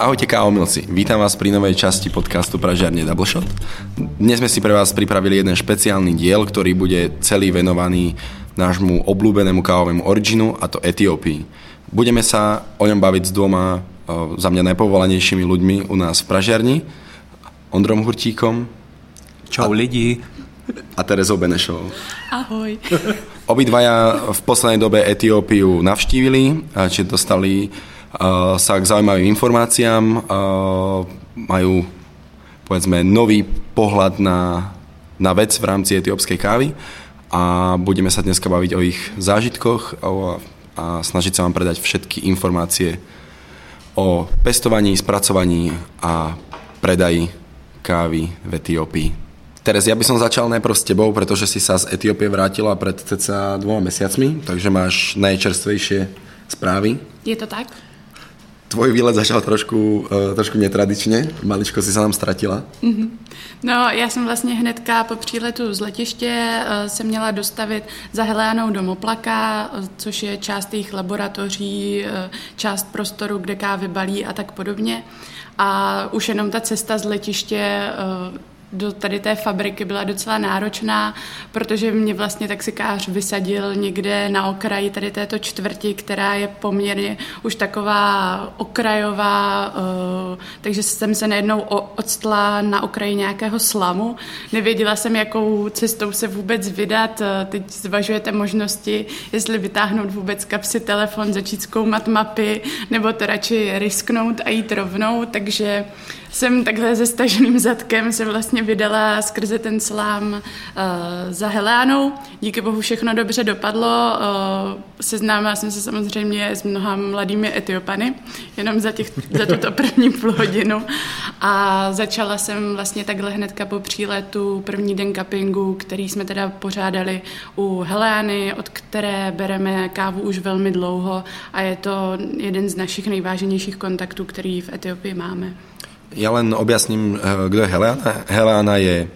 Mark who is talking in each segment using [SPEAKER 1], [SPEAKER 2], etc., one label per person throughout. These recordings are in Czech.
[SPEAKER 1] Ahojte kávomilci, vítam vás pri novej časti podcastu Pražiarne Double Shot. Dnes sme si pre vás pripravili jeden špeciálny diel, ktorý bude celý venovaný nášmu obľúbenému kávovému originu, a to Etiópii. Budeme sa o ňom baviť s dvoma za mňa najpovolanejšími ľuďmi u nás v Pražiarni, Ondrom Hurtíkom.
[SPEAKER 2] Čau lidi.
[SPEAKER 1] A Terezou Benešovou.
[SPEAKER 3] Ahoj.
[SPEAKER 1] Obidvaja v poslednej dobe Etiópiu navštívili, čiže dostali sa k zaujímavým informáciám, majú povedzme nový pohľad na vec v rámci etiópskej kávy a budeme sa dneska baviť o ich zážitkoch a snažiť sa vám predať všetky informácie o pestovaní, spracovaní a predaji kávy v Etiópii. Terez, ja by som začal najprv s tebou, pretože si sa z Etiópie vrátila pred cca 2 mesiacmi, takže máš najčerstvejšie správy.
[SPEAKER 3] Je to tak?
[SPEAKER 1] Tvoj výlet začal trošku netradičně, maličko si se nám ztratila.
[SPEAKER 3] Mm-hmm. No, já jsem vlastně hnedka po příletu z letiště se měla dostavit za Heleanou do Moplaka, což je část jejich laboratoří, část prostoru, kde kávy balí a tak podobně. A už jenom ta cesta z letiště do tady té fabriky byla docela náročná, protože mě vlastně taxikář vysadil někde na okraji tady této čtvrti, která je poměrně už taková okrajová, takže jsem se najednou odstla na okraji nějakého slamu. Nevěděla jsem, jakou cestou se vůbec vydat. Teď zvažujete možnosti, jestli vytáhnout vůbec z kapsy telefon, začít zkoumat mapy, nebo to radši risknout a jít rovnou, takže jsem takhle se staženým zadkem se vlastně vydala skrze ten slám za Heleanou. Díky bohu všechno dobře dopadlo. Seznámila jsem se samozřejmě s mnoha mladými Etiopany, jenom za tuto první půl hodinu. A začala jsem vlastně takhle hnedka po příletu první den cuppingu, který jsme teda pořádali u Heleany, od které bereme kávu už velmi dlouho a je to jeden z našich nejváženějších kontaktů, který v Etiopii máme.
[SPEAKER 1] Ja len objasním, kto je Heleana. Heleana je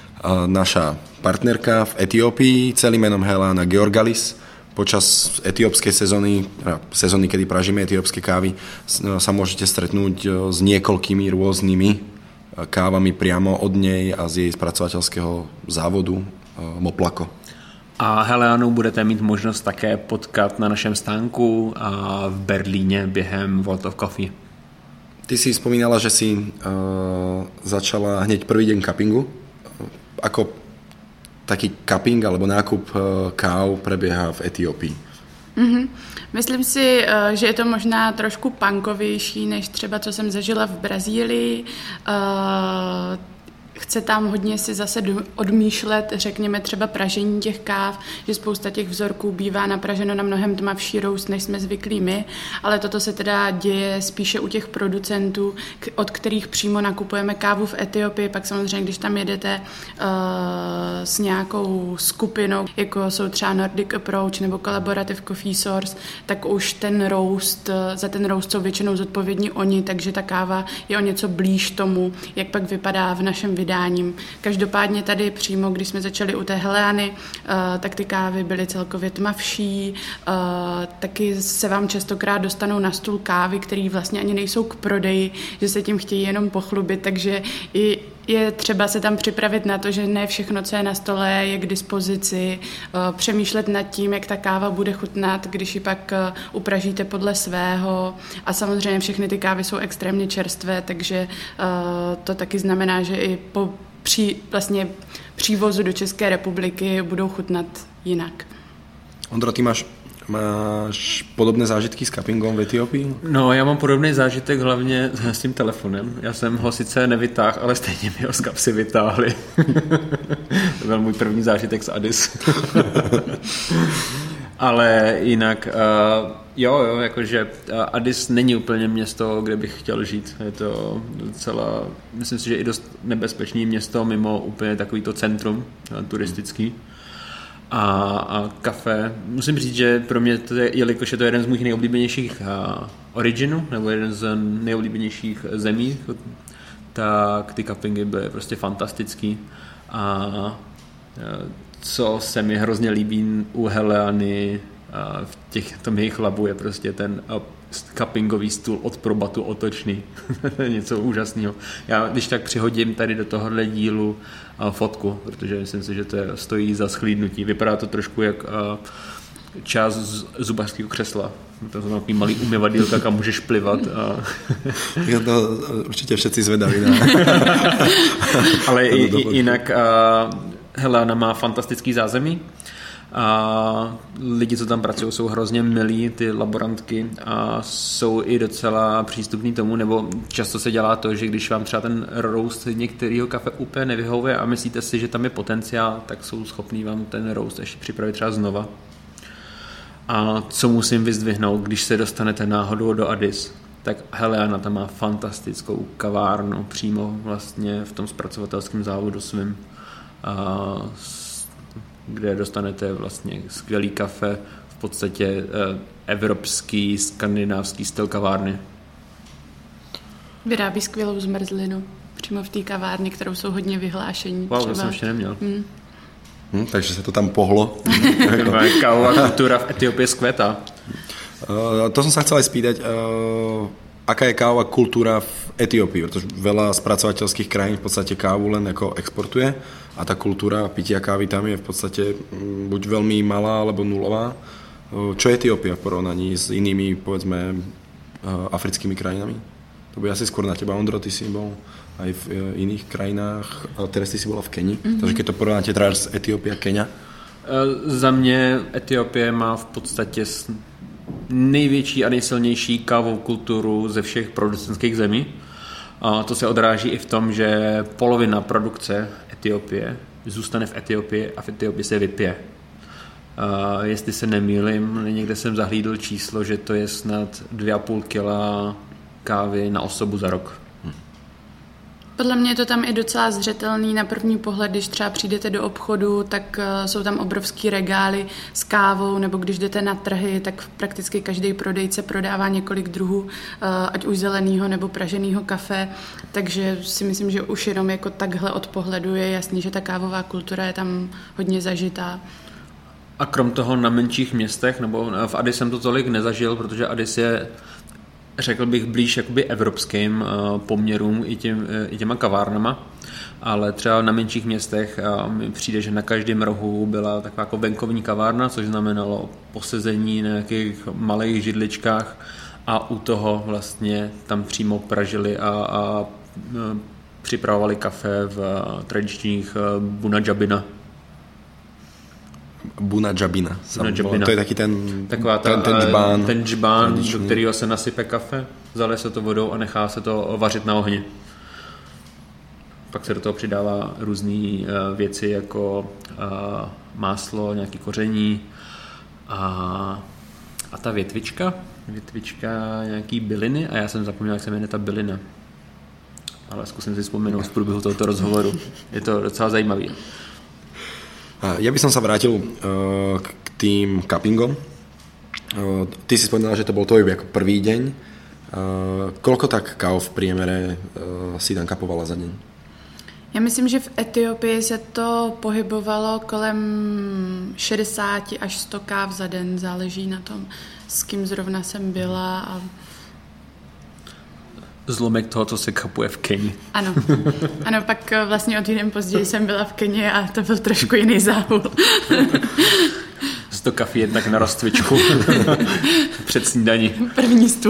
[SPEAKER 1] naša partnerka v Etiópii, celým menom Heleana Georgalis. Počas etiópskej sezóny, kedy pražíme etiópske kávy, sa môžete stretnúť s niekoľkými rôznymi kávami priamo od nej a z jej spracovateľského závodu Moplako.
[SPEAKER 2] A Heleanu budete mít možnost také potkat na našem stánku v Berlíně během World of Coffee.
[SPEAKER 1] Ty si spomínala, že si začala hneď prvý deň cuppingu. Ako taký cupping alebo nákup káv prebieha v Etiópii?
[SPEAKER 3] Mm-hmm. Myslím si, že je to možná trošku punkovější, než třeba co jsem zažila v Brazílii. Chce tam hodně si zase odmýšlet, řekněme třeba pražení těch káv, že spousta těch vzorků bývá napraženo na mnohem tmavší roust, než jsme zvyklí my, ale toto se teda děje spíše u těch producentů, od kterých přímo nakupujeme kávu v Etiopii. Pak samozřejmě, když tam jedete s nějakou skupinou, jako jsou třeba Nordic Approach nebo Collaborative Coffee Source, tak už ten roust, za ten roust jsou většinou zodpovědní oni, takže ta káva je o něco blíž tomu, jak pak vypadá v našem vydáním. Každopádně tady přímo, když jsme začali u té Heleany, tak ty kávy byly celkově tmavší, taky se vám častokrát dostanou na stůl kávy, které vlastně ani nejsou k prodeji, že se tím chtějí jenom pochlubit, takže je třeba se tam připravit na to, že ne všechno, co je na stole, je k dispozici, přemýšlet nad tím, jak ta káva bude chutnat, když ji pak upražíte podle svého a samozřejmě všechny ty kávy jsou extrémně čerstvé, takže to taky znamená, že i po přívozu do České republiky budou chutnat jinak.
[SPEAKER 1] Ondro, ty máš podobné zážitky s cuppingom v Etiópii?
[SPEAKER 2] No, já mám podobný zážitek hlavně s tím telefonem. Já jsem ho sice nevytáhl, ale stejně mi ho z kapsy vytáhli. To byl můj první zážitek s Addis. Ale jinak, jo, jakože Addis není úplně město, kde bych chtěl žít. Je to docela, myslím si, že i dost nebezpečné město mimo úplně takovýto centrum turistický. A kafe. Musím říct, že pro mě, jelikož je to jeden z mých nejoblíbenějších originů, nebo jeden z nejoblíbenějších zemí, tak ty cuppingy byly prostě fantastický. A co se mi hrozně líbí u Heleany v tom jejich labu je prostě ten cuppingový stůl od Probatu otočný. Něco úžasného. Já když tak přihodím tady do tohohle dílu fotku, protože myslím si, že to stojí za shlídnutí. Vypadá to trošku jak část zubařského křesla. To jsou takový malý umyvadýlka, kam můžeš plivat.
[SPEAKER 1] To určitě všetci zvedaví.
[SPEAKER 2] Ale jinak Helena má fantastický zázemí. A lidi, co tam pracují, jsou hrozně milí, ty laborantky, a jsou i docela přístupní tomu, nebo často se dělá to, že když vám třeba ten roast některého kafe úplně nevyhovuje a myslíte si, že tam je potenciál, tak jsou schopní vám ten roast ještě připravit třeba znova. A co musím vyzdvihnout, když se dostanete náhodou do Addis, tak Helena tam má fantastickou kavárnu přímo vlastně v tom zpracovatelském závodu svým, kde dostanete vlastně skvělý kafe, v podstatě evropský, skandinávský styl kavárny.
[SPEAKER 3] Vyrábí skvělou zmrzlinu přímo v té kavárně, kterou jsou hodně vyhlášení.
[SPEAKER 2] Wow, to jsem ještě neměl.
[SPEAKER 1] Takže se to tam pohlo.
[SPEAKER 2] Kávová kultura v Etiópii skvětá.
[SPEAKER 1] To som sa chcel aj spýtať, aká je kávová kultúra v Etiópii, pretože veľa spracovateľských krajín v podstate kávu len ako exportuje a tá kultúra pitia kávy tam je v podstate buď veľmi malá alebo nulová. Čo je Etiópia v porovnaní s inými, povedzme, africkými krajinami? To bude asi skôr na teba, Ondro, ty si bol aj v iných krajinách, a teraz ty si bola v Keni, takže keď to porovnáte teda s Etiópia, Kenia?
[SPEAKER 2] Za mě Etiópie má v podstatě největší a nejsilnější kávovou kulturu ze všech producentských zemí. A to se odráží i v tom, že polovina produkce Etiópie zůstane v Etiópii a v Etiópii se vypije. Jestli se nemýlím, někde jsem zahlídl číslo, že to je snad 2,5 kila kávy na osobu za rok.
[SPEAKER 3] Podle mě je to tam i docela zřetelný na první pohled, když třeba přijdete do obchodu, tak jsou tam obrovský regály s kávou, nebo když jdete na trhy, tak prakticky každý prodejce prodává několik druhů, ať už zeleného nebo praženého kafe, takže si myslím, že už jenom jako takhle od pohledu je jasný, že ta kávová kultura je tam hodně zažitá.
[SPEAKER 2] A krom toho na menších městech, nebo v Addis jsem to tolik nezažil, protože Addis je, řekl bych, blíž jakoby evropským poměrům i těma kavárnama, ale třeba na menších městech mi přijde, že na každém rohu byla taková jako venkovní kavárna, což znamenalo posezení na nějakých malých židličkách a u toho vlastně tam přímo pražili a připravovali kafe v tradičních Buna Jabina.
[SPEAKER 1] Buna Jabina. To je taky ten
[SPEAKER 2] džbán, do kterého se nasype kafe, zalije se to vodou a nechá se to vařit na ohni. Pak se do toho přidává různé věci jako máslo, nějaké koření a ta větvička nějaký byliny a já jsem zapomněl, jak se jmenuje ta bylina. Ale zkusím si vzpomenout v průběhu tohoto rozhovoru. Je to docela zajímavý.
[SPEAKER 1] Ja by som sa vrátil k tým cuppingom. Ty si spomínala, že to bol tvoj ako prvý deň. Koľko tak káv v priemere si tam kapovala za deň?
[SPEAKER 3] Já myslím, že v Etiópii se to pohybovalo kolem 60 až 100 káv za den. Záleží na tom, s kým zrovna jsem byla a
[SPEAKER 2] zlomek toho, co se kapuje v Keni.
[SPEAKER 3] Ano, pak vlastně o týden později jsem byla v Keni a to byl trošku jiný závod.
[SPEAKER 2] 100 kafí je tak na rozcvičku před snídaní.
[SPEAKER 3] První stůl.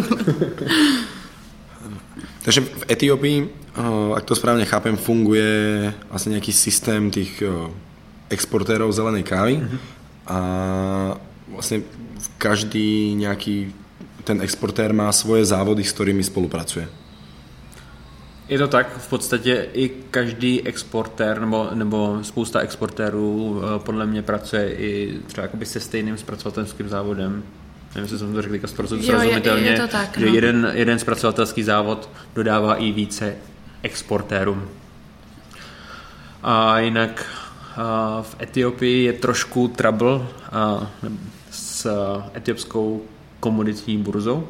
[SPEAKER 1] Takže v Etiópii, ak to správne chápem, funguje vlastne nejaký systém tých exportérov zelenej kávy a vlastne každý nejaký ten exportér má svoje závody, s ktorými spolupracuje.
[SPEAKER 2] Je to tak, v podstatě i každý exportér nebo spousta exportérů podle mě pracuje i třeba jakoby se stejným zpracovatelským závodem. Nevím, jestli jsem to řekl srozumitelně,
[SPEAKER 3] je to tak,
[SPEAKER 2] že jeden zpracovatelský závod dodává i více exportérům. A jinak v Etiópii je trošku trouble s etiopskou komoditní burzou,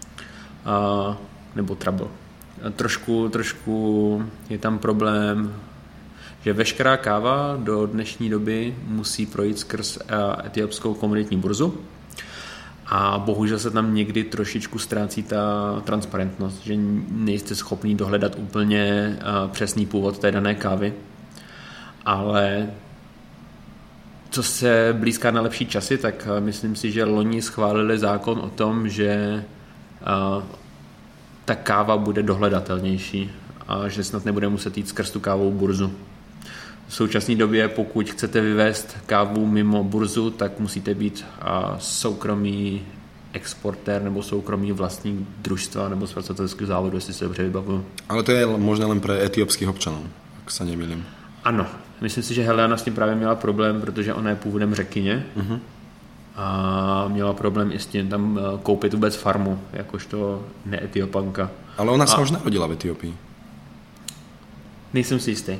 [SPEAKER 2] nebo trouble. Trošku je tam problém, že veškerá káva do dnešní doby musí projít skrz etiopskou komoditní burzu A bohužel se tam někdy trošičku ztrácí ta transparentnost, že nejste schopný dohledat úplně přesný původ té dané kávy. Ale co se blízká na lepší časy, tak myslím si, že loni schválili zákon o tom, že ta káva bude dohledatelnější a že snad nebude muset jít skrz tu kávovou burzu. V současné době, pokud chcete vyvést kávu mimo burzu, tak musíte být soukromý exportér nebo soukromý vlastník družstva nebo zpracovatelského závodu, jestli se dobře vybavuju.
[SPEAKER 1] Ale to je možná len pre etiopských občanů, ak sa nemýlim.
[SPEAKER 2] Ano, myslím si, že Heleana s tím právě měla problém, protože ona je původem Řekyně a měla problém i s tím tam koupit vůbec farmu, jakožto neetiopanka.
[SPEAKER 1] Ale ona se už narodila v Etiopii.
[SPEAKER 2] Nejsem si jistý.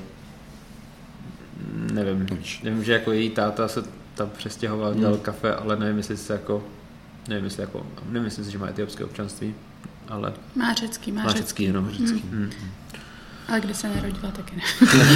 [SPEAKER 2] Nevím. Nevím, že jako její táta se tam přestěhoval, dělal kafe, ale nevím, nemyslím si, že má etiopské občanství, ale...
[SPEAKER 3] Má řecký. Ale kdy se narodila, taky ne.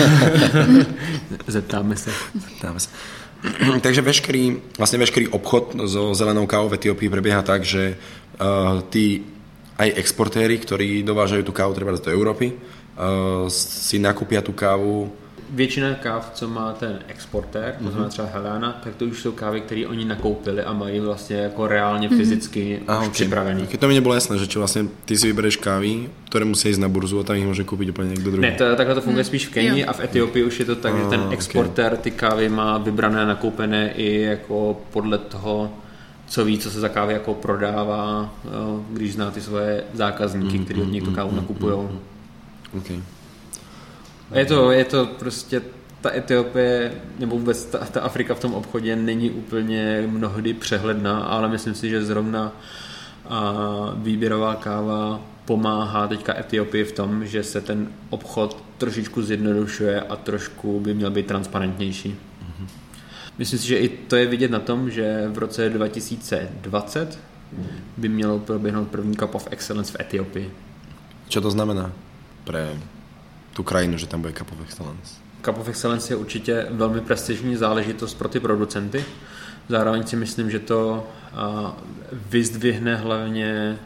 [SPEAKER 2] Zeptáme se.
[SPEAKER 1] Takže veškerý obchod so zelenou kávou v Etiópii prebieha tak, že tí aj exportéri, ktorí dovážajú tú kávu treba do Európy, si nakúpia tú kávu.
[SPEAKER 2] Většina káv, co má ten exportér, to znamená třeba Heleana, tak to už jsou kávy, které oni nakoupili a mají vlastně jako reálně fyzicky připravený.
[SPEAKER 1] Keď to mi nebylo jasné, že či vlastně ty si vybereš kávy, které musí jít na burzu a tam jich může koupit úplně někdo druhý.
[SPEAKER 2] Ne, takhle to funguje spíš v Kenii a v Etiopii už je to tak, že ten exportér ty kávy má vybrané, nakoupené i jako podle toho, co ví, co se za kávy jako prodává, když zná ty svoje zákazníky, kteří od něj tu kávu nakupujou.
[SPEAKER 1] Okay.
[SPEAKER 2] Je to prostě ta Etiopie, nebo vůbec ta Afrika v tom obchodě není úplně mnohdy přehledná, ale myslím si, že zrovna výběrová káva pomáhá teďka Etiopii v tom, že se ten obchod trošičku zjednodušuje a trošku by měl být transparentnější. Myslím si, že i to je vidět na tom, že v roce 2020 by mělo proběhnout první Cup of Excellence v Etiopii.
[SPEAKER 1] Co to znamená pre tu krajinu, že tam bude Cup of Excellence?
[SPEAKER 2] Cup of Excellence je určitě velmi prestižní záležitost pro ty producenty. Zároveň si myslím, že to vyzdvihne hlavně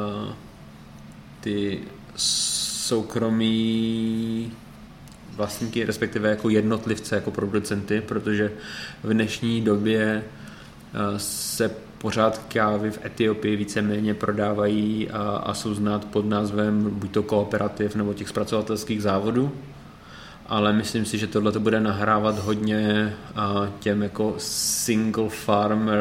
[SPEAKER 2] ty soukromí vlastníky, respektive jako jednotlivce, jako producenty, protože v dnešní době se pořád kávy v Etiopii víceméně prodávají a jsou znát pod názvem buď to kooperativ nebo těch zpracovatelských závodů, ale myslím si, že tohle to bude nahrávat hodně těm jako single farmer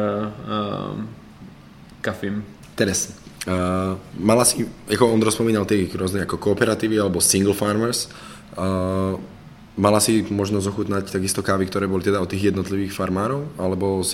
[SPEAKER 2] kafím.
[SPEAKER 1] Teraz, mala si, jako Ondro spomínal ty rôzne ako kooperatívy alebo single farmers, mala si možnosť ochutnať takisto kávy, ktoré boli teda od tých jednotlivých farmárov, alebo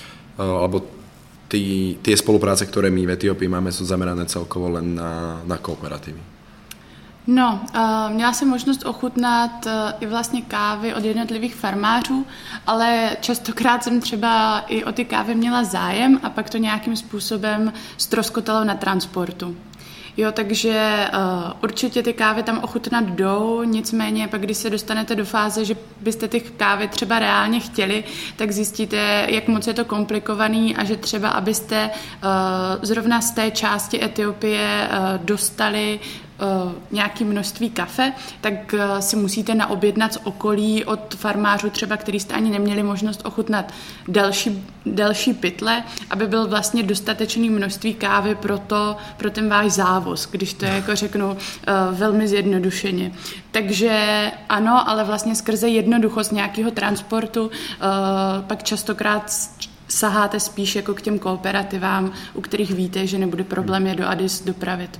[SPEAKER 1] tie spolupráce, ktoré my v Etiópii máme, sú zamerané celkovo len na kooperatívy?
[SPEAKER 3] No, měla jsem možnost ochutnat i vlastně kávy od jednotlivých farmářů, ale častokrát jsem třeba i o ty kávy měla zájem a pak to nějakým způsobem ztroskotalo na transportu. Jo, takže určitě ty kávy tam ochutnat jdou, nicméně pak, když se dostanete do fáze, že byste ty kávy třeba reálně chtěli, tak zjistíte, jak moc je to komplikovaný a že třeba, abyste zrovna z té části Etiopie dostali nějaké množství kafe, tak si musíte naobjednat z okolí od farmářů třeba, který jste ani neměli možnost ochutnat další pytle, aby byl vlastně dostatečný množství kávy pro ten váš závoz, když to jako řeknu velmi zjednodušeně. Takže ano, ale vlastně skrze jednoduchost nějakého transportu pak častokrát saháte spíš jako k těm kooperativám, u kterých víte, že nebude problém je do Addis dopravit.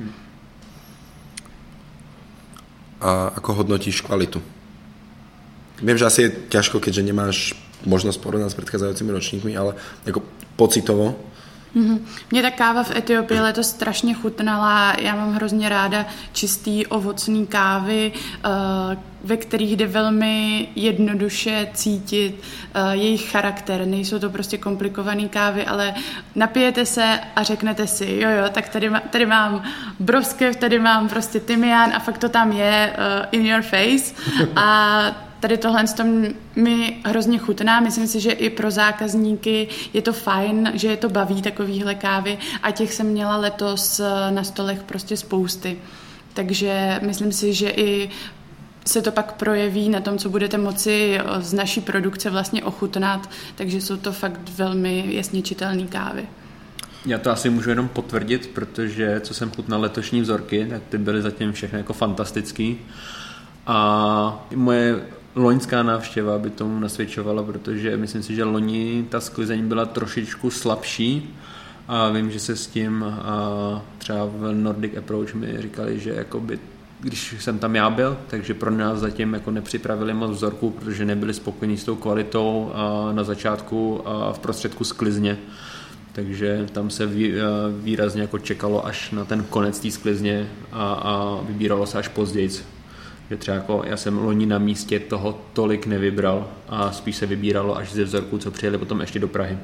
[SPEAKER 1] A ako hodnotíš kvalitu? Viem, že asi je ťažko, keďže nemáš možnosť porovnať s predchádzajúcimi ročníkmi, ale ako pocitovo?
[SPEAKER 3] Mně ta káva v Etiopii letos strašně chutnala. Já mám hrozně ráda čistý ovocný kávy, ve kterých jde velmi jednoduše cítit jejich charakter. Nejsou to prostě komplikované kávy, ale napijete se a řeknete si, jo, tak tady mám broskev, tady mám prostě tymián a fakt to tam je in your face. A tady tohle mi hrozně chutná. Myslím si, že i pro zákazníky je to fajn, že je to baví takovýhle kávy a těch jsem měla letos na stolech prostě spousty. Takže myslím si, že i se to pak projeví na tom, co budete moci z naší produkce vlastně ochutnat, takže jsou to fakt velmi jasně čitelné kávy.
[SPEAKER 2] Já to asi můžu jenom potvrdit, protože co jsem chutnal letošní vzorky, tak ty byly zatím všechny jako fantastický. A moje loňská návštěva by tomu nasvědčovala, protože myslím si, že loni ta sklizeň byla trošičku slabší a vím, že se s tím třeba v Nordic Approach mi říkali, že jakoby, když jsem tam já byl, takže pro nás zatím jako nepřipravili moc vzorků, protože nebyli spokojení s tou kvalitou na začátku a v prostředku sklizně. Takže tam se výrazně jako čekalo až na ten konec té sklizně a vybíralo se až později. Že třeba jako já jsem loni na místě toho tolik nevybral a spíš se vybíralo až ze vzorků, co přijeli potom ještě do Prahy.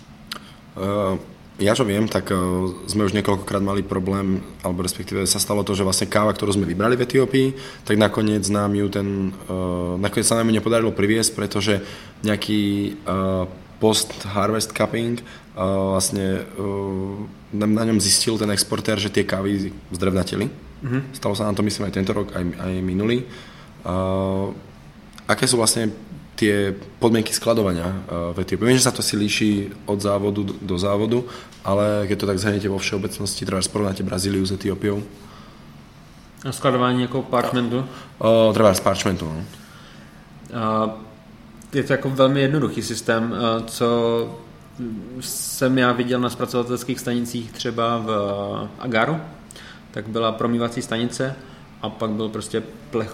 [SPEAKER 1] Ja čo viem, tak sme už niekoľkokrát mali problém, alebo respektíve sa stalo to, že vlastne káva, ktorú sme vybrali v Etiópii, tak nakoniec sa nám ju nepodarilo priviesť, pretože nejaký post-harvest cupping vlastne na ňom zistil ten exportér, že tie kávy zdrevnatili. Stalo sa nám to, myslím, aj tento rok, aj minulý. Aké sú vlastne tie podmienky skladovania v Etiópii? Viem, že sa to si líši od závodu do závodu, ale keď to tak zhrniete vo všeobecnosti, treba porovnáte Brazíliu s Etiópiou.
[SPEAKER 2] A skladování jako parchmentu?
[SPEAKER 1] Treba z parchmentu, no.
[SPEAKER 2] Je to jako velmi jednoduchý systém, co jsem já viděl na zpracovatelských stanicích třeba v Agaru, tak byla promývací stanice a pak byl prostě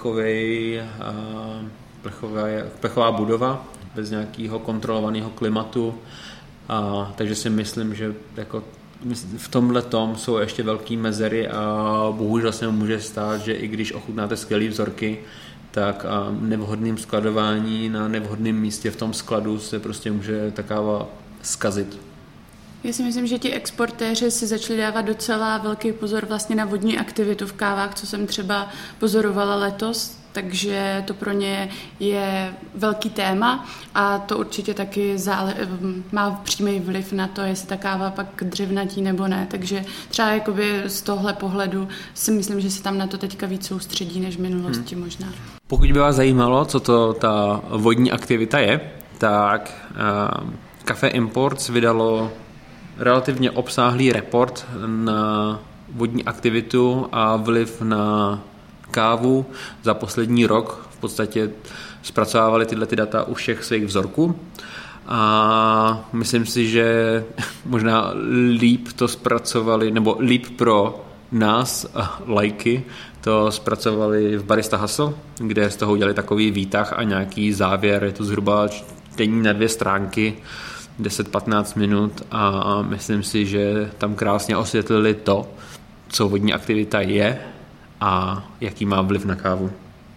[SPEAKER 2] plechová budova bez nějakého kontrolovaného klimatu, takže si myslím, že jako v tomhletom jsou ještě velký mezery a bohužel se může stát, že i když ochutnáte skvělý vzorky, tak nevhodným skladování na nevhodném místě v tom skladu se prostě může ta káva zkazit.
[SPEAKER 3] Já si myslím, že ti exportéři si začali dávat docela velký pozor vlastně na vodní aktivitu v kávách, co jsem třeba pozorovala letos, takže to pro ně je velký téma a to určitě taky má přímý vliv na to, jestli ta káva pak dřevnatí nebo ne, takže třeba jakoby z tohle pohledu si myslím, že se tam na to teďka víc soustředí než v minulosti možná.
[SPEAKER 2] Pokud by vás zajímalo, co to ta vodní aktivita je, tak Café Imports vydalo relativně obsáhlý report na vodní aktivitu a vliv na kávu za poslední rok. V podstatě zpracovávali tyhle data u všech svých vzorků a myslím si, že možná líp to zpracovali, nebo líp pro nás, lajky, to zpracovali v Barista Hustle, kde z toho udělali takový výtah a nějaký závěr. Je to zhruba čtení na 2 stránky, 10-15 minut a myslím si, že tam krásně osvětlili to, co vodní aktivita je a jaký má vliv na kávu.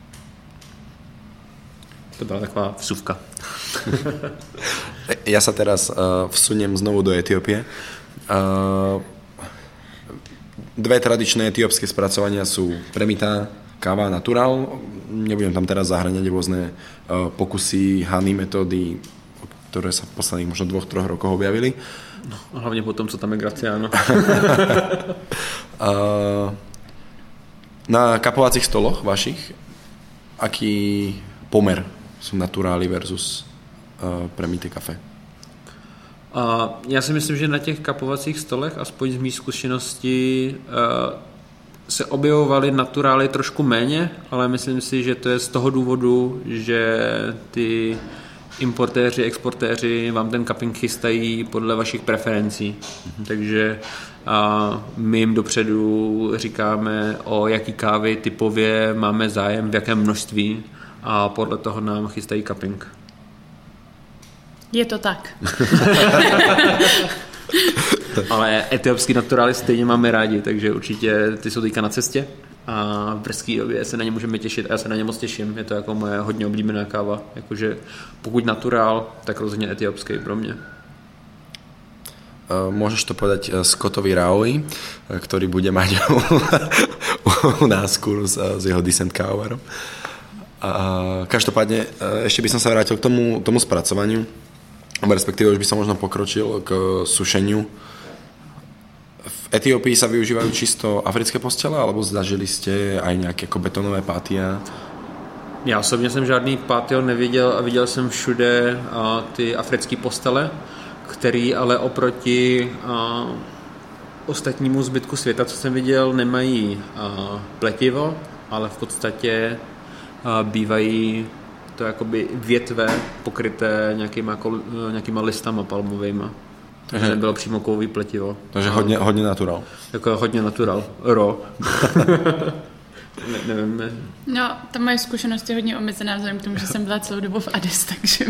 [SPEAKER 2] To byla taková vsuvka.
[SPEAKER 1] Ja sa teraz vsuniem znovu do Etiópie. Dve tradičné etiópske spracovania sú premitá, káva natural. Nebudem tam teraz zahŕňať rôzne pokusy, honey metódy, ktoré sa v posledných možno 2-3 rokoch objavili.
[SPEAKER 2] No, hlavne po tom, co tam je Graciano.
[SPEAKER 1] Na kapovacích stoloch vašich, aký pomer sú naturály versus premité kafe?
[SPEAKER 2] Já si myslím, že na těch kapovacích stolech, aspoň z mých zkušeností, se objevovaly naturály trošku méně, ale myslím si, že to je z toho důvodu, že ty importéři, exportéři vám ten cupping chystají podle vašich preferencí. Takže my jim dopředu říkáme, o jaký kávy typově máme zájem, v jakém množství a podle toho nám chystají cupping.
[SPEAKER 3] Je to tak.
[SPEAKER 2] Ale etiopský naturály stejně máme rádi, takže určitě ty jsou teďka na cestě a v brzké době se na ně můžeme těšit a já se na ně moc těším. Je to jako moje hodně oblíbená káva. Jakože pokud naturál, tak rozhodně etiopský pro mě.
[SPEAKER 1] Môžeš to povedať Scottovi Raoui, ktorý bude mať u nás kurz s jeho Descent kávovarom. Každopádne, ešte by som sa vrátil k tomu spracovaniu, respektíve už by som možno pokročil k sušeniu. V Etiópii sa využívajú čisto africké postele, alebo zažili ste aj nejaké jako betonové pátia?
[SPEAKER 2] Já osobně jsem žádný pátio neviděl a viděl jsem všude ty africké postele, který ale oproti ostatnímu zbytku světa, co jsem viděl, nemají pletivo, ale v podstatě bývají to jakoby větve pokryté nějakýma listama palmovejma. Takže nebylo přímo kovový pletivo.
[SPEAKER 1] Takže hodně natural.
[SPEAKER 2] Jako hodně natural. Nevím.
[SPEAKER 3] No, tam moje zkušenosti hodně omezená vzhledem k tomu, že jsem byla celou dobu v Addis, takže...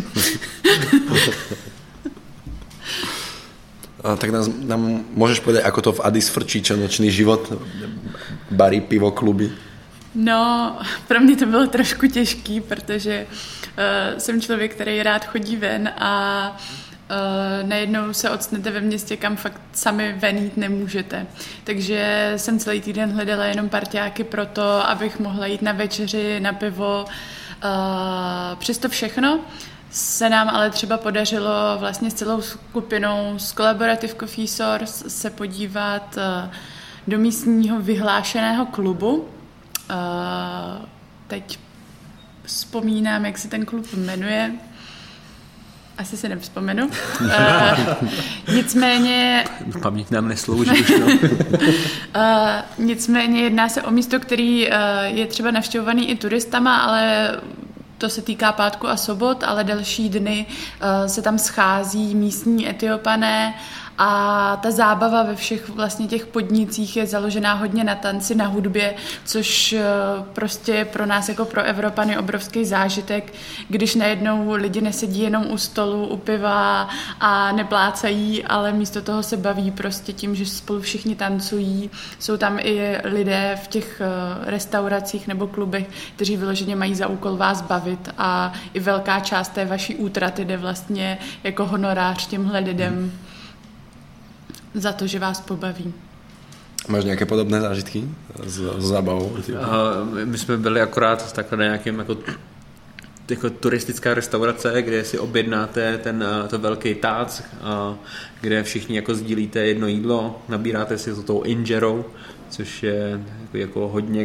[SPEAKER 1] Tak nám môžeš povedať, ako to v Addis frčí, čo nočný život, bary, pivo, kluby?
[SPEAKER 3] No, pro mě to bylo trošku těžký, protože jsem člověk, který rád chodí ven a najednou se odstnete ve městě, kam fakt sami ven jít nemůžete. Takže jsem celý týden hledala jenom parťáky pro to, abych mohla jít na večeři, na pivo. Přesto všechno se nám ale třeba podařilo vlastně s celou skupinou z Collaborative Coffee Source se podívat do místního vyhlášeného klubu. Teď vzpomínám, jak se ten klub jmenuje. Asi si nevzpomenu. Nicméně...
[SPEAKER 2] Paměť nám neslouží už, no.
[SPEAKER 3] Nicméně jedná se o místo, který je třeba navštěvovaný i turistama, ale to se týká pátku a sobot, ale další dny se tam schází místní Etiopané a ta zábava ve všech vlastně těch podnicích je založená hodně na tanci, na hudbě, což prostě je pro nás jako pro Evropany obrovský zážitek, když najednou lidi nesedí jenom u stolu, u piva a neplácají, ale místo toho se baví prostě tím, že spolu všichni tancují. Jsou tam i lidé v těch restauracích nebo klubech, kteří vyloženě mají za úkol vás bavit a i velká část té vaší útraty jde vlastně jako honorář těmhle lidem za to, že vás pobaví.
[SPEAKER 1] Máš nějaké podobné zážitky s zábavou?
[SPEAKER 2] My jsme byli akorát takhle na nějakém jako turistická restaurace, kde si objednáte to velký tác, kde všichni jako sdílíte jedno jídlo, nabíráte si to tou injerou, což je jako hodně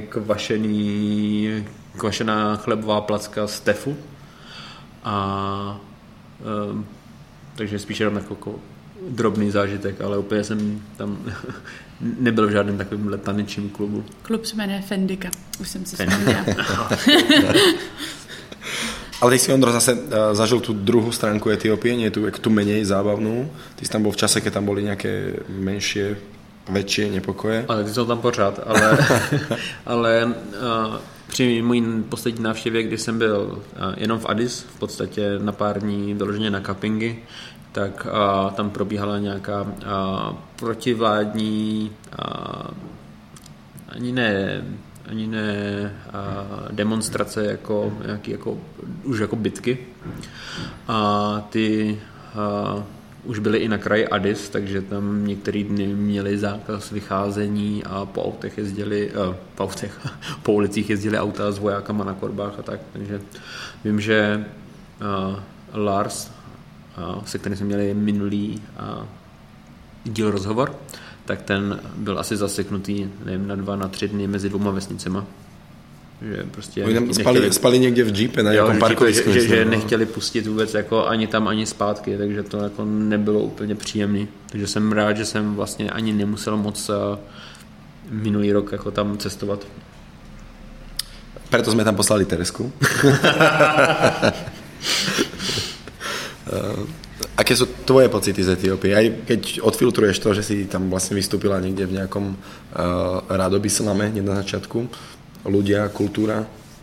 [SPEAKER 2] kvašená chlebová placka z tefu. Takže spíš jenom jako drobný zážitek, ale úplně jsem tam nebyl v žádném takovém tanečním klubu.
[SPEAKER 3] Klub se jmenuje Fendika, už jsem si vzpomněla.
[SPEAKER 1] Ale ty si, Ondro, zase zažil tú druhú stránku Etiópie, nie tu menej zábavnú. Ty si tam bol v čase, keď tam boli nejaké menšie, väčšie nepokoje.
[SPEAKER 2] Ale ty jsou tam pořád, ale při mojí poslední návštěvě, kdy jsem byl jenom v Addis, v podstatě na pár dní vyloženě na Kapingi, tak tam probíhala nějaká protivládní ani ne demonstrace už jako bitky. A ty už byly i na kraji Addis, takže tam některý dny měli zákaz vycházení a po ulicích jezdili auta s vojákama na korbách a tak. Takže vím, že Lars, se kterým jsme měli minulý díl rozhovor, tak ten byl asi zaseknutý, nevím, na 2, na 3 dny mezi 2 vesnicema. Že prostě
[SPEAKER 1] spali někde v džípe na nějakom parkovisku.
[SPEAKER 2] Že nechtěli pustit vůbec jako ani tam, ani zpátky, takže to jako nebylo úplně příjemný. Takže jsem rád, že jsem vlastně ani nemusel moc minulý rok jako tam cestovat.
[SPEAKER 1] Preto jsme tam poslali Teresku. Aké sú tvoje pocity z Etiópie? Aj keď odfiltruješ to, že si tam vlastne vystúpila niekde v nejakom rádobyslame hneď na začiatku, ľudia, kultúra?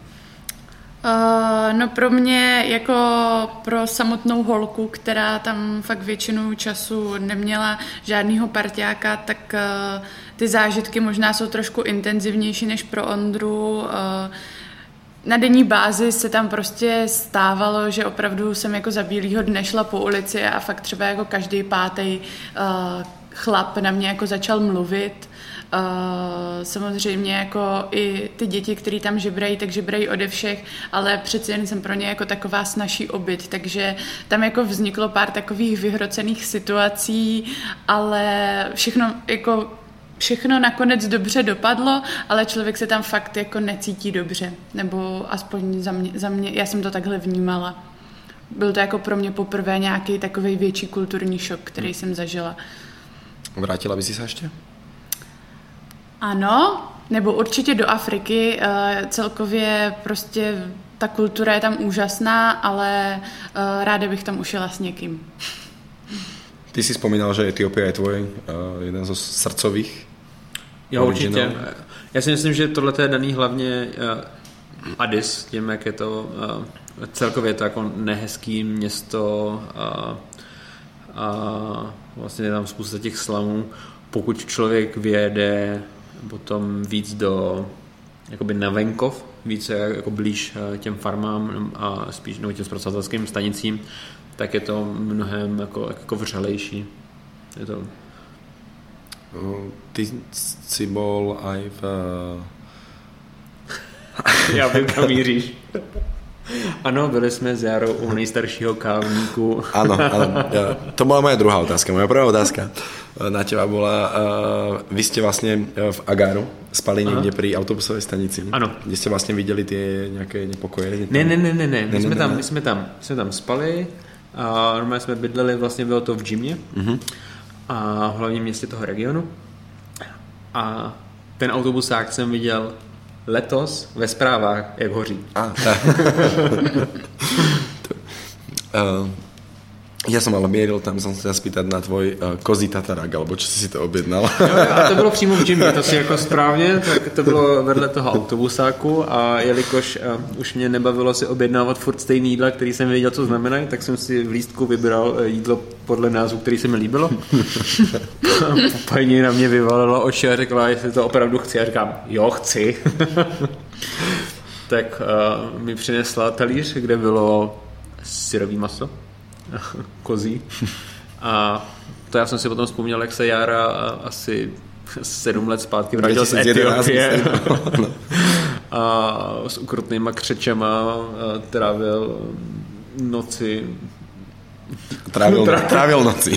[SPEAKER 3] No pro mě jako pro samotnou holku, která tam fakt většinu času neměla žádnýho parťáka, tak ty zážitky možná jsou trošku intenzivnější než pro Ondru. Na denní bázi se tam prostě stávalo, že opravdu jsem jako za bílýho dne šla po ulici a fakt třeba jako každý 5. chlap na mě jako začal mluvit. Samozřejmě jako i ty děti, které tam žebrají, tak žebrají ode všech, ale přeci jen jsem pro ně jako taková snazší obyt, takže tam jako vzniklo pár takových vyhrocených situací, ale všechno nakonec dobře dopadlo, ale člověk se tam fakt jako necítí dobře, nebo aspoň za mě, já jsem to takhle vnímala. Byl to jako pro mě poprvé nějaký takovej větší kulturní šok, který jsem zažila.
[SPEAKER 1] Vrátila by si se ještě?
[SPEAKER 3] Ano, nebo určitě do Afriky. Celkově prostě ta kultura je tam úžasná, ale ráda bych tam ušila s někým.
[SPEAKER 1] Ty si vzpomínal, že Etiópia je tvoj jeden zo srdcových.
[SPEAKER 2] Jo, určitě. Já si myslím, že tohle je daný hlavně Addis, tím, jak je to celkově to jako nehezký město a vlastně je tam spousta těch slamů. Pokud člověk vyjede potom víc jakoby na venkov, více jako blíž těm farmám a spíš těm zpracovatelským stanicím, tak je to mnohem jako vřelejší. Je to...
[SPEAKER 1] Ty si bol aj v...
[SPEAKER 2] Já vím, kam míříš. Ano, byli jsme s Jarou u nejstaršího kávníku.
[SPEAKER 1] Áno. To bola moja druhá otázka. Moja prvá otázka na teba bola, vy ste vlastne v Agaru spali niekde pri autobusovej stanici.
[SPEAKER 2] Ano.
[SPEAKER 1] Kde ste vlastne videli tie nejaké nepokoje?
[SPEAKER 2] Ne. My jsme tam spali a normálně jsme bydleli, vlastně bylo to v Džimě a v hlavním městě toho regionu. A ten autobusák jsem viděl letos ve zprávách, jak hoří.
[SPEAKER 1] Ja som ale mieril, tam som sa spýtať na tvoj kozí tatarák, alebo čo si to objednal.
[SPEAKER 2] A to bylo přímo v Džimě, to si jako správně, tak to bylo vedle toho autobusáku a jelikož už mě nebavilo si objednávat furt stejný jídla, který jsem věděl, co znamenají, tak jsem si v lístku vybral jídlo podle názvu, který se mi líbilo. Paní na mě vyvalila oči a řekla, jestli to opravdu chci. A říkám, jo, chci. Tak mi přinesla talíř, kde bylo syrový maso, kozí. A to já jsem si potom vzpomněl, jak se Jára asi 7 let zpátky vrátil z Etiopie a s ukrutnýma křečema trávil noci.
[SPEAKER 1] Trávil noci.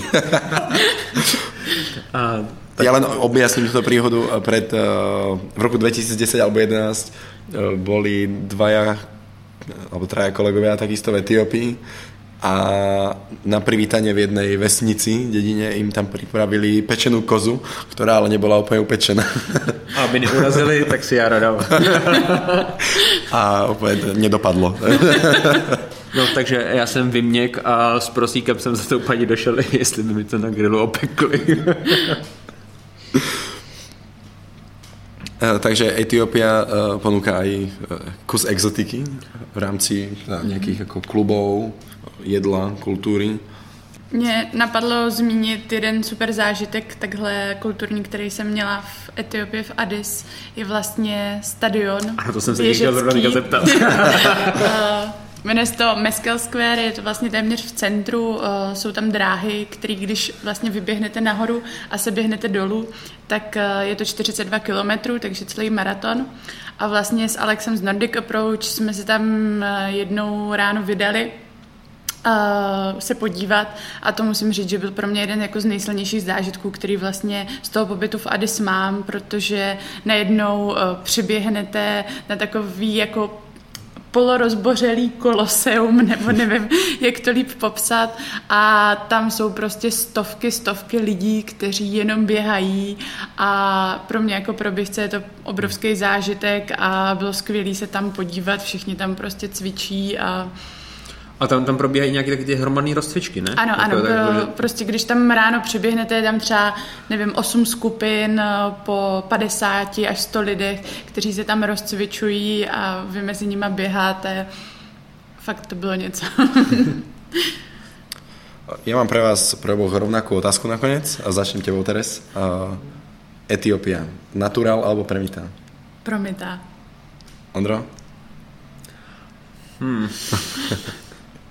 [SPEAKER 1] Ja len objasním túto príhodu. V roku 2010 alebo 2011 boli traja kolegovia takisto v Etiópii a na privítanie v jednej vesnici, dedine, im tam pripravili pečenú kozu, ktorá ale nebola úplne upečená.
[SPEAKER 2] A aby neurazili, tak si Jara dal.
[SPEAKER 1] A úplně nedopadlo.
[SPEAKER 2] No, takže já jsem vyměk a s prosíkem jsem za tou paní došel, jestli by mi to na grilu opekli.
[SPEAKER 1] Takže Etiópia ponúka aj kus exotiky v rámci nějakých jako klubov, jedla, kultury.
[SPEAKER 3] Mě napadlo zmínit jeden super zážitek takhle kulturní, který jsem měla v Etiopii, v Addis. Je vlastně stadion.
[SPEAKER 2] A to jsem se chtěl zrovna zeptat.
[SPEAKER 3] Jmenuje se to Meskel Square, je to vlastně téměř v centru, jsou tam dráhy, které když vlastně vyběhnete nahoru a se běhnete dolů, tak je to 42 kilometrů, takže celý maraton. A vlastně s Alexem z Nordic Approach jsme se tam jednou ráno vydali se podívat a to musím říct, že byl pro mě jeden jako z nejsilnějších zážitků, který vlastně z toho pobytu v Addis mám, protože najednou přiběhnete na takový jako polorozbořelý koloseum, nebo nevím, jak to líp popsat a tam jsou prostě stovky lidí, kteří jenom běhají a pro mě jako pro běžce je to obrovský zážitek a bylo skvělý se tam podívat, všichni tam prostě cvičí
[SPEAKER 2] a tam probíhají nějaké takové hromadné rozcvičky, ne?
[SPEAKER 3] Ano, prostě když tam ráno přiběhnete, je tam třeba, nevím, 8 skupin po 50 až 100 lidech, kteří se tam rozcvičují a vy mezi nima běháte. Fakt to bylo něco.
[SPEAKER 1] Ja mám pre vás pre oboch rovnakú otázku nakoniec a začnem tebou, Teres. Etiópia, naturál alebo premitá?
[SPEAKER 3] Promitá.
[SPEAKER 1] Ondro?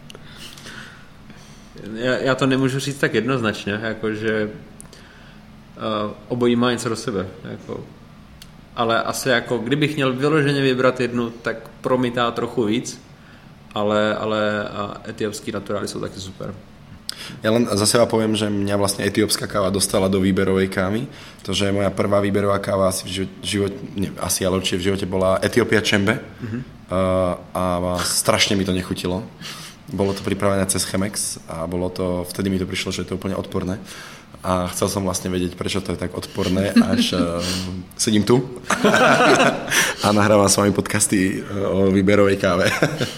[SPEAKER 2] Já to nemůžu říct tak jednoznačně, jakože obojí má něco do sebe. Jako. Ale asi jako, kdybych měl vyloženě vybrat jednu, tak promítá trochu víc, ale etiopský naturály jsou taky super.
[SPEAKER 1] Ja len za seba poviem, že mňa vlastne etiópska káva dostala do výberovej kávy. To, že moja prvá výberová káva ale určite v živote bola Etiópia Čembe. A strašne mi to nechutilo. Bolo to pripravené cez Chemex a vtedy mi to prišlo, že je to úplne odporné. A chcel som vlastne vedieť, prečo to je tak odporné, až sedím tu a nahrávam s vami podcasty o výberovej káve.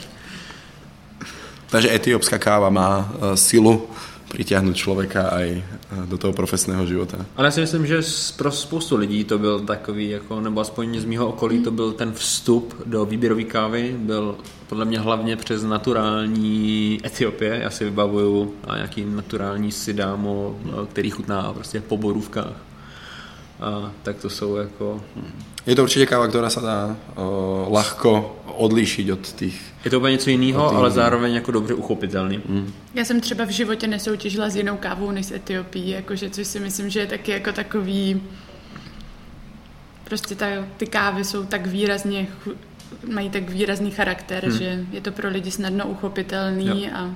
[SPEAKER 1] Takže etiópska káva má silu pritiahnuť člověka aj do toho profesného života.
[SPEAKER 2] Ale já si myslím, že pro spoustu lidí to byl takový, jako, nebo aspoň z mýho okolí, to byl ten vstup do výběrové kávy, byl podle mě hlavně přes naturální Etiopie. Já si vybavuju nějaký naturální sidámo, který chutná prostě po borůvkách. A tak to jsou jako...
[SPEAKER 1] Je to určitě káva, která se dá ľahko odlíšiť od těch...
[SPEAKER 2] Je to úplně něco jiného, ale zároveň jako dobře uchopitelný.
[SPEAKER 3] Já jsem třeba v životě nesoutěžila s jinou kávou než s Etiopií, jakože, což si myslím, že je taky jako takový... Prostě ty kávy jsou tak výrazně... mají tak výrazný charakter, že je to pro lidi snadno uchopitelný a...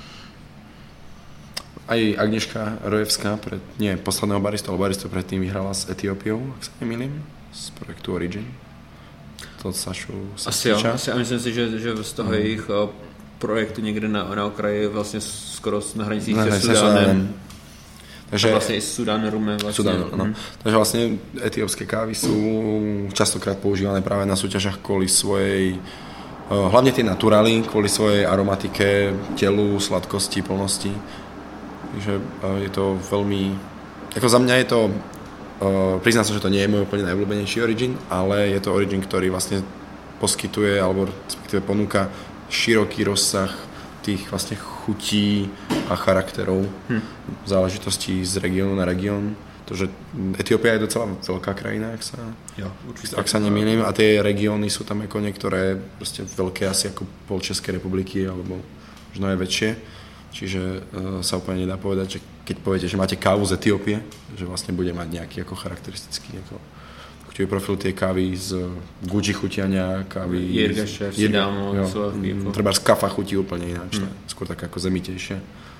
[SPEAKER 1] Aj Agnieszka Rojevská, posledného baristu predtým vyhrala s Etiópiou, ak sa nemýlim, z projektu Origin. To Sašu
[SPEAKER 2] asi jo, a myslím si, že z toho jejich projektu někde na okraji vlastně skoro na hranicích se Sudánem. Takže vlastně i Sudán Rume vlastně.
[SPEAKER 1] Sudán, no. Takže vlastne etiópske kávy sú častokrát používané práve na súťažách kvôli svojej hlavne tie naturály, kvôli svojej aromatike, telu, sladkosti, plnosti. Takže je to veľmi... Jako za mňa je to... priznám sa, že to nie je môj úplne najobľúbenejší Origin, ale je to Origin, ktorý vlastne poskytuje, alebo respektíve ponúka široký rozsah tých vlastne chutí a charakterov záležitostí z regiónu na región. Protože Etiópia je docela veľká krajina, ak sa nemýlim, a tie regióny sú tam ako niektoré proste veľké, asi ako pol Českej republiky, alebo možno aj väčšie. Čiže sa úplne nedá povedať, že keď poviete, že máte kávu z Etiópie, že vlastne bude mať nejaký ako charakteristický chuťový profil tie kávy z Guji chuťania, kávy
[SPEAKER 2] Jirgaše, Sidámo,
[SPEAKER 1] treba z kafa chutí úplne ináč, skôr tak ako zemitejšie.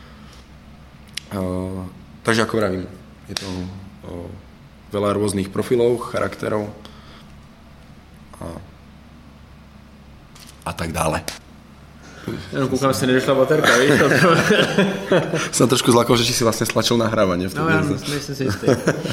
[SPEAKER 1] Takže ako vravím, je to veľa rôznych profilov, charakterov a tak dále.
[SPEAKER 2] Jenom koukám, že si nedošla baterka, víš?
[SPEAKER 1] Som trošku zlakol, že si vlastne stlačil nahrávanie.
[SPEAKER 2] No ja nejsem si istý.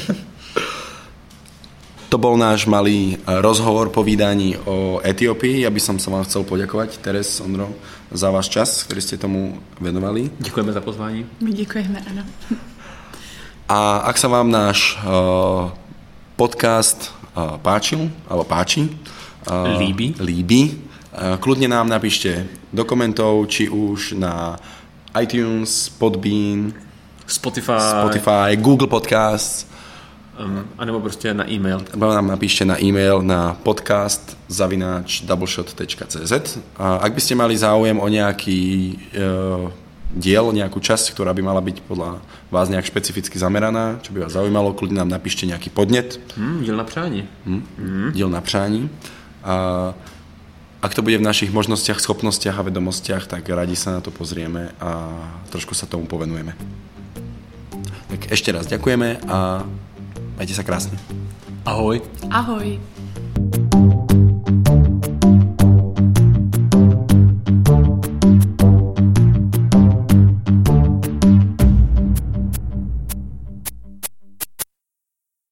[SPEAKER 1] To bol náš malý rozhovor po vydaní o Etiópii. Ja by som sa vám chcel poďakovať, Teres, Ondro, za váš čas, ktorý ste tomu venovali.
[SPEAKER 2] Děkujeme za pozvání.
[SPEAKER 3] My děkujeme, ano.
[SPEAKER 1] A ak sa vám náš podcast páčil, alebo páči, líbi, kľudne nám napíšte do komentov, či už na iTunes, Podbean, Spotify, Google Podcasts.
[SPEAKER 2] A nebo prostě na e-mail.
[SPEAKER 1] Nám napíšte na e-mail na podcast@doubleshot.cz. A ak by ste mali záujem o nejaký diel, nejakú časť, ktorá by mala byť podľa vás nejak špecificky zameraná, čo by vás zaujímalo, kľudne nám napíšte nejaký podnet.
[SPEAKER 2] Diel na přání.
[SPEAKER 1] Diel na přání. Ak to bude v našich možnostiach, schopnostiach a vedomostiach, tak radi sa na to pozrieme a trošku sa tomu povenujeme. Tak ešte raz ďakujeme a majte sa krásne.
[SPEAKER 2] Ahoj.
[SPEAKER 3] Ahoj.